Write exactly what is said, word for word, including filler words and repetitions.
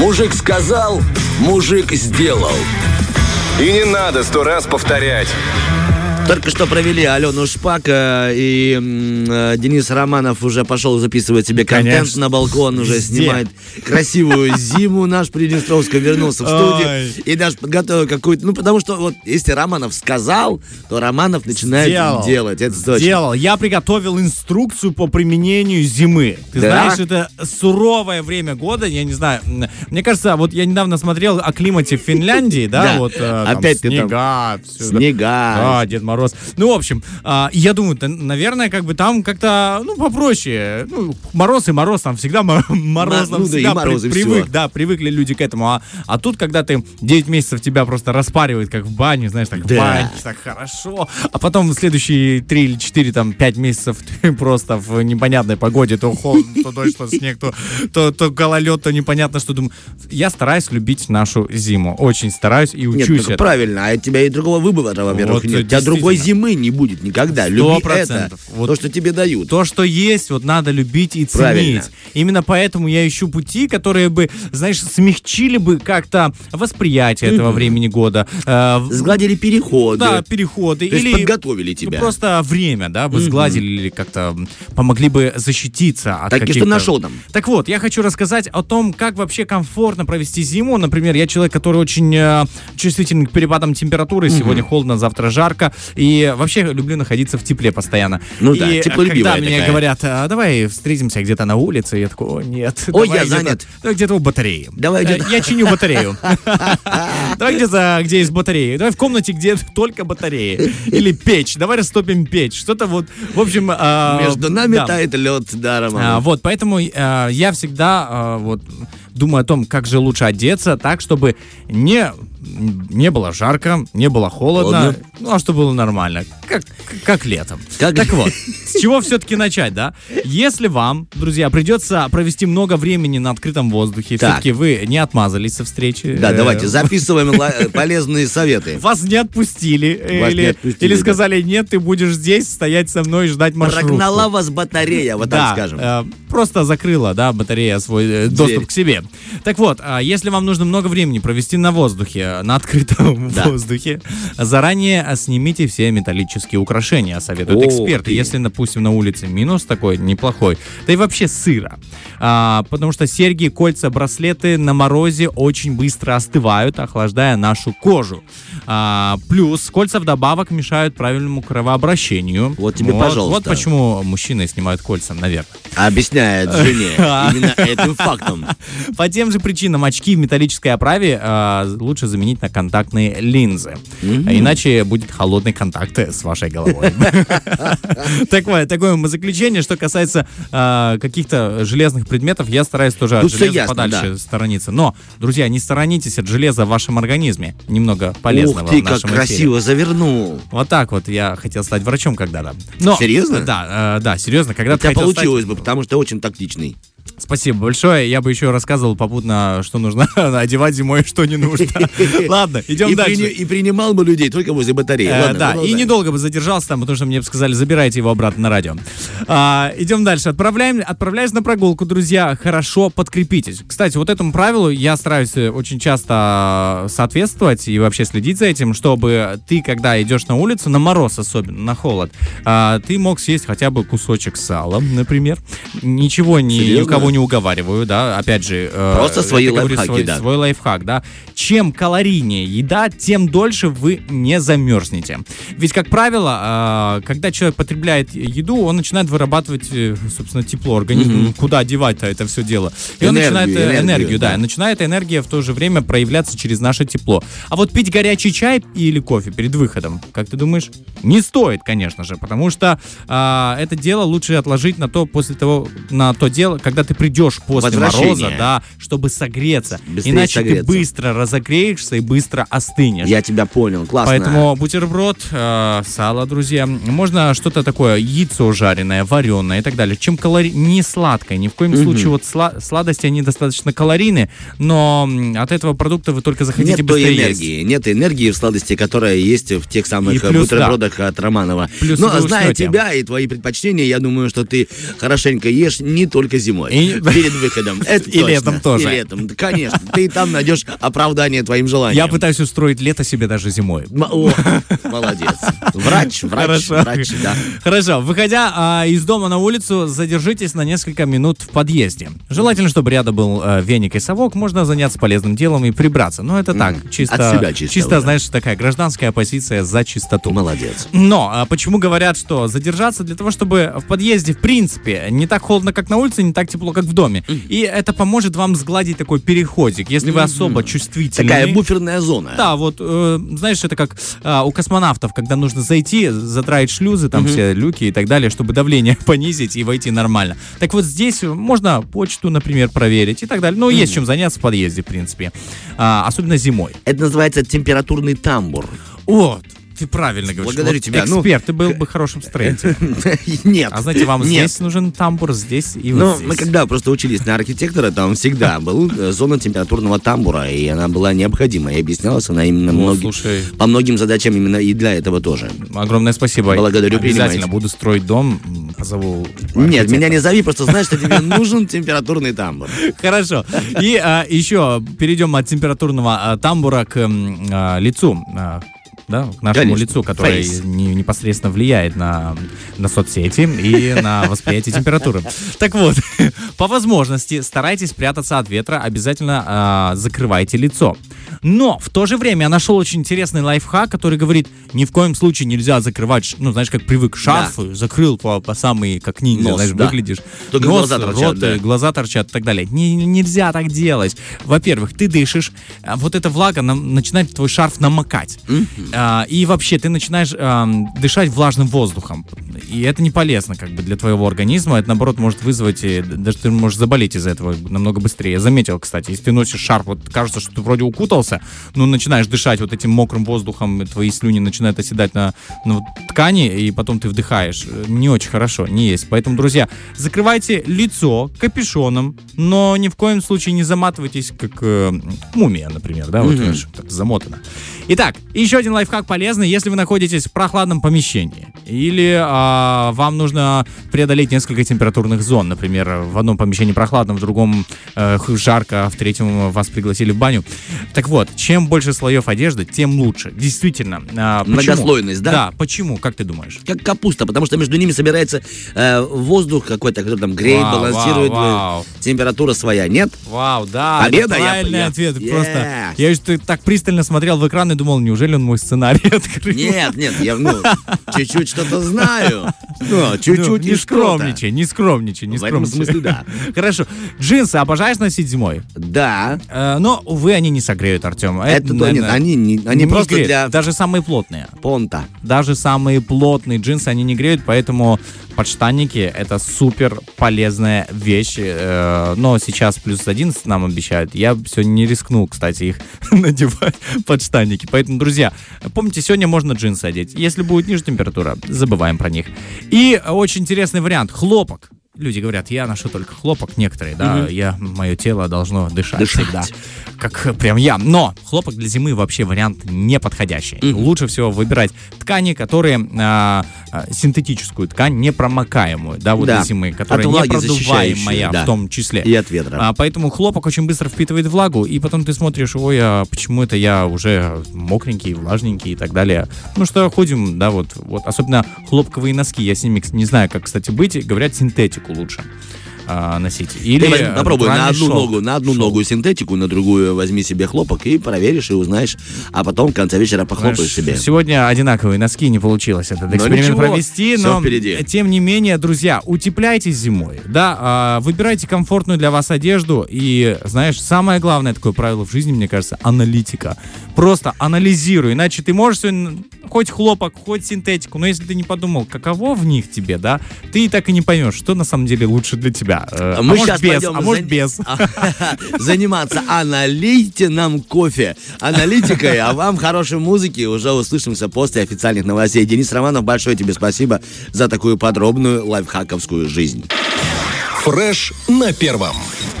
Мужик сказал, мужик сделал. И не надо сто раз повторять. Только что провели Алену Шпак, и э, Денис Романов уже пошел записывать себе контент. Конечно. На балкон, уже Везде. Снимает красивую зиму. Наш Приднестровский вернулся в студию. Ой. И даже подготовил какую-то... Ну, потому что вот если Романов сказал, то Романов начинает Сделал. делать. Это точно. Сделал. Я приготовил инструкцию по применению зимы. Ты да? знаешь, это суровое время года. Я не знаю. Мне кажется, вот я недавно смотрел о климате в Финляндии, да, да. вот э, опять там, ты снега, там... все, снега. Да, Дед Мороз. Ну, в общем, э, я думаю, наверное, как бы там как-то, ну, попроще. Ну, мороз и мороз, там всегда мороз, там ну, всегда да, мороз, при, привык, да, привыкли люди к этому. А, а тут, когда ты девять месяцев тебя просто распаривает, как в бане, знаешь, так да. в бане, так хорошо. А потом в следующие три или четыре, там, пять месяцев ты просто в непонятной погоде, то холодно, то дождь, то снег, то, то, то гололед, то непонятно что. Думаю, я стараюсь любить нашу зиму. Очень стараюсь и учусь. Нет, ну, правильно, а у тебя и другого выбора, во-первых, вот, нет. У тебя другой зимы не будет никогда. Люби это, вот то, что тебе дают. То, что есть, вот надо любить и ценить. Правильно. Именно поэтому я ищу пути, которые бы, знаешь, смягчили бы как-то восприятие mm-hmm. этого времени года. Э, Сгладили переходы. Да, переходы. То есть или подготовили тебя. Просто время, да, бы mm-hmm. сгладили или как-то помогли бы защититься от так, каких-то... Так, и что нашел там? Так вот, я хочу рассказать о том, как вообще комфортно провести зиму. Например, я человек, который очень э, чувствителен к перепадам температуры. Mm-hmm. Сегодня холодно, завтра жарко. И вообще люблю находиться в тепле постоянно. Ну и да, теплолюбивая когда мне такая. говорят, а, давай встретимся где-то на улице, я такой, о, нет. Ой, я занят. Давай где-то у батареи. Давай где-то. Я чиню батарею. Давай где-то, где есть батареи. Давай в комнате, где только батареи. Или печь. Давай растопим печь. Что-то вот, в общем... Между нами тает лед, да, Роман. Вот, поэтому я всегда вот думаю о том, как же лучше одеться так, чтобы не... Не было жарко, не было холодно, холодно. Ну, а что было нормально, как, как летом. Как... Так вот, с чего все-таки начать, да? Если вам, друзья, придется провести много времени на открытом воздухе, так. все-таки вы не отмазались со встречи. Да, давайте записываем полезные советы. Вас не отпустили. Вас или, не отпустили, или да. сказали, нет, ты будешь здесь стоять со мной и ждать маршрутку. Прогнала вас батарея, вот да, так скажем. Э, просто закрыла, да, батарея свой э, доступ к себе. Так вот, э, если вам нужно много времени провести на воздухе, на открытом да. воздухе, заранее снимите все металлические украшения, советуют О, эксперты. Ты. Если, допустим, на улице минус такой неплохой, да и вообще сыро. А, потому что серьги, кольца, браслеты на морозе очень быстро остывают, охлаждая нашу кожу. А, плюс кольца вдобавок мешают правильному кровообращению. Вот тебе, вот, пожалуйста. Вот почему мужчины снимают кольца, наверное. Объясняет жене именно этим фактом. По тем же причинам очки в металлической оправе лучше заменить на контактные линзы. Mm-hmm. Иначе будет холодный контакт с вашей головой. Такое такое умозаключение. Что касается каких-то железных предметов, я стараюсь тоже от железа подальше сторониться. Но, друзья, не сторонитесь от железа в вашем организме. Немного полезного в нашем эфире. Ух ты, как красиво завернул. Вот так вот я хотел стать врачом когда-то. Серьезно? Да, да, серьезно. Когда у тебя получилось бы, потому что очень тактичный. Спасибо большое. Я бы еще рассказывал попутно, что нужно одевать зимой, что не нужно. Ладно, идем и дальше. При, и принимал бы людей только возле батареи. Э, Ладно, да, продолжай. И недолго бы задержался там, потому что мне бы сказали, забирайте его обратно на радио. А, идем дальше. Отправляем, отправляясь на прогулку, друзья, хорошо подкрепитесь. Кстати, вот этому правилу я стараюсь очень часто соответствовать и вообще следить за этим, чтобы ты, когда идешь на улицу, на мороз особенно, на холод, а, ты мог съесть хотя бы кусочек сала, например. Ничего не, никого не уговариваю, да, опять же... Просто э, свои лайфхаки, свой, да. Свой лайфхак, да. Чем калорийнее еда, тем дольше вы не замерзнете. Ведь, как правило, э, когда человек потребляет еду, он начинает вырабатывать, э, собственно, тепло организма. Mm-hmm. Куда девать-то это все дело? И энергию, он начинает э, энергию, энергию да. да. Начинает энергия в то же время проявляться через наше тепло. А вот пить горячий чай или кофе перед выходом, как ты думаешь, не стоит, конечно же, потому что э, это дело лучше отложить на то, после того, на то дело, когда ты придешь после мороза, да, чтобы согреться. Быстрее Иначе согреться. Ты быстро разогреешься и быстро остынешь. Я тебя понял, классно. Поэтому бутерброд, э, сало, друзья, можно что-то такое, яйцо жареное, вареное и так далее. Чем калори... не сладкое, ни в коем mm-hmm. случае вот сла... сладости, они достаточно калорийны, но от этого продукта вы только захотите нет быстрее той энергии, есть. Нет плюс в сладости, которая есть в тех самых плюс, бутербродах да. от Романова. Плюс но зная тебя и твои предпочтения, я думаю, что ты хорошенько ешь не только зимой. зимой. И... Перед выходом. Это И точно. летом тоже. И летом, конечно. Ты там найдешь оправдание твоим желаниям. Я пытаюсь устроить лето себе даже зимой. М- О, молодец. Врач, врач, Хорошо. врач, да. Хорошо. Выходя а, из дома на улицу, задержитесь на несколько минут в подъезде. Желательно, чтобы рядом был а, веник и совок, можно заняться полезным делом и прибраться. Но это так, Мгм. чисто, От себя чисто чисто уже. знаешь, такая гражданская позиция за чистоту. Молодец. Но а почему говорят, что задержаться для того, чтобы в подъезде, в принципе, не так холодно, как на улице, не так тепло, как в доме. И это поможет вам сгладить такой переходик, если вы особо чувствительны. Такая буферная зона. Да, вот, э, знаешь, это как а, у космонавтов, когда нужно зайти, задраить шлюзы, там все люки и так далее, чтобы давление понизить и войти нормально. Так вот здесь можно почту, например, проверить и так далее. Ну, есть чем заняться в подъезде, в принципе. А, особенно зимой. Это называется температурный тамбур. Вот. Ты правильно говоришь. Благодарю Вот тебя. Ну, Эксперт, ты был бы хорошим строителем. Нет. А знаете, вам Нет. здесь нужен тамбур, здесь и вот Ну, здесь. мы когда просто учились на архитектора, там всегда была э, зона температурного тамбура, и она была необходима. И объяснялась она именно О, многим, слушай. по многим задачам именно и для этого тоже. Огромное спасибо. Благодарю, Обязательно принимайте. буду строить дом, м, позову Нет, архитектора. меня не зови, просто знаешь, что тебе нужен температурный тамбур. Хорошо. И а, еще перейдем от температурного а, тамбура к м, а, лицу. а, да, к нашему Конечно. лицу, которое Face. не- непосредственно влияет на, на соцсети и на восприятие температуры. Так вот, по возможности старайтесь прятаться от ветра, обязательно а, закрывайте лицо. Но в то же время я нашел очень интересный лайфхак, который говорит, ни в коем случае нельзя закрывать, ш- ну, знаешь, как привык, шарф, закрыл по, по самый, как ниндзя, Нос, знаешь, да. выглядишь. Только Нос, глаза торчат, рот, да. и глаза торчат и так далее. Не- нельзя так делать. Во-первых, ты дышишь, а вот эта влага нам- начинает твой шарф намокать. А, и вообще ты начинаешь ам, дышать влажным воздухом. И это не полезно как бы для твоего организма. Это, наоборот, может вызвать, и даже ты можешь заболеть из-за этого намного быстрее. Я заметил, кстати, если ты носишь шарф, вот кажется, что ты вроде укутался, но начинаешь дышать вот этим мокрым воздухом, и твои слюни начинают оседать на, на вот ткани, и потом ты вдыхаешь. Не очень хорошо, не есть. Поэтому, друзья, закрывайте лицо капюшоном, но ни в коем случае не заматывайтесь, как э, мумия, например, да, вот Мгм. знаешь, как замотано. Итак, еще один лайфхак полезный, если вы находитесь в прохладном помещении или а, вам нужно преодолеть несколько температурных зон, например, в одном помещении прохладно, в другом э, х- жарко, а в третьем вас пригласили в баню. Так вот, чем больше слоев одежды, тем лучше. Действительно. А, почему? Многослойность, да? Да, почему? Как ты думаешь? Как капуста, потому что между ними собирается э, воздух какой-то, который там греет, Вау, балансирует. вау, вау. Температура своя, нет? Вау, да, Победа, это я- правильный я- ответ. Yes. Просто я что так пристально смотрел в экран и думал, неужели он мой сценарий открыл? Нет, нет, я ну, чуть-чуть что-то знаю. Ну, чуть-чуть Ну, и не что-то. скромничай, не скромничай, не В этом скромничай. смысле, да. Хорошо. Джинсы обожаешь носить зимой? Да. Э, но, увы, они не согреют, Артем. Это, то нет, они, не- они не просто греют. для Даже самые плотные. понта. Даже самые плотные джинсы они не греют, поэтому подштанники — это супер полезная вещь. Э, но сейчас плюс одиннадцать нам обещают. Я все не рискнул, кстати, их надевать, подштанники. Поэтому, друзья, помните, сегодня можно джинсы одеть. Если будет ниже температура, забываем про них. И очень интересный вариант — хлопок. Люди говорят, я ношу только хлопок, некоторые, да, я, мое тело должно дышать, Дышать. всегда, как прям я. Но хлопок для зимы вообще вариант неподходящий. Лучше всего выбирать ткани, которые а, а, синтетическую ткань, непромокаемую, да, вот Да. для зимы, которая От влаги непродуваемая защищающую, да. в том числе. И от ветра. А, поэтому хлопок очень быстро впитывает влагу, и потом ты смотришь, ой, а почему это я уже мокренький, влажненький и так далее. Ну что, ходим, да, вот, вот, особенно хлопковые носки, я с ними не знаю, как, кстати, быть, говорят, синтетику лучше а, носить. Или Ты возьми, попробуй на натуральный одну шелк. ногу, на одну Шелк. ногу синтетику, на другую возьми себе хлопок и проверишь и узнаешь, а потом в конце вечера похлопаешь Знаешь, себе. Сегодня одинаковые носки, не получилось этот эксперимент ничего, провести, всё но впереди. тем не менее, друзья, утепляйтесь зимой, да, а, выбирайте комфортную для вас одежду и, знаешь, самое главное такое правило в жизни, мне кажется, аналитика. Просто анализируй, иначе ты можешь сегодня хоть хлопок, хоть синтетику, но если ты не подумал, каково в них тебе, да, ты и так и не поймешь, что на самом деле лучше для тебя. Э, А, Мы может щас без, пойдем а может за- без. заниматься. А налейте нам кофе аналитикой, а вам хорошей музыки. Уже услышимся после официальных новостей. Денис Романов, большое тебе спасибо за такую подробную лайфхаковскую жизнь. Фреш на первом.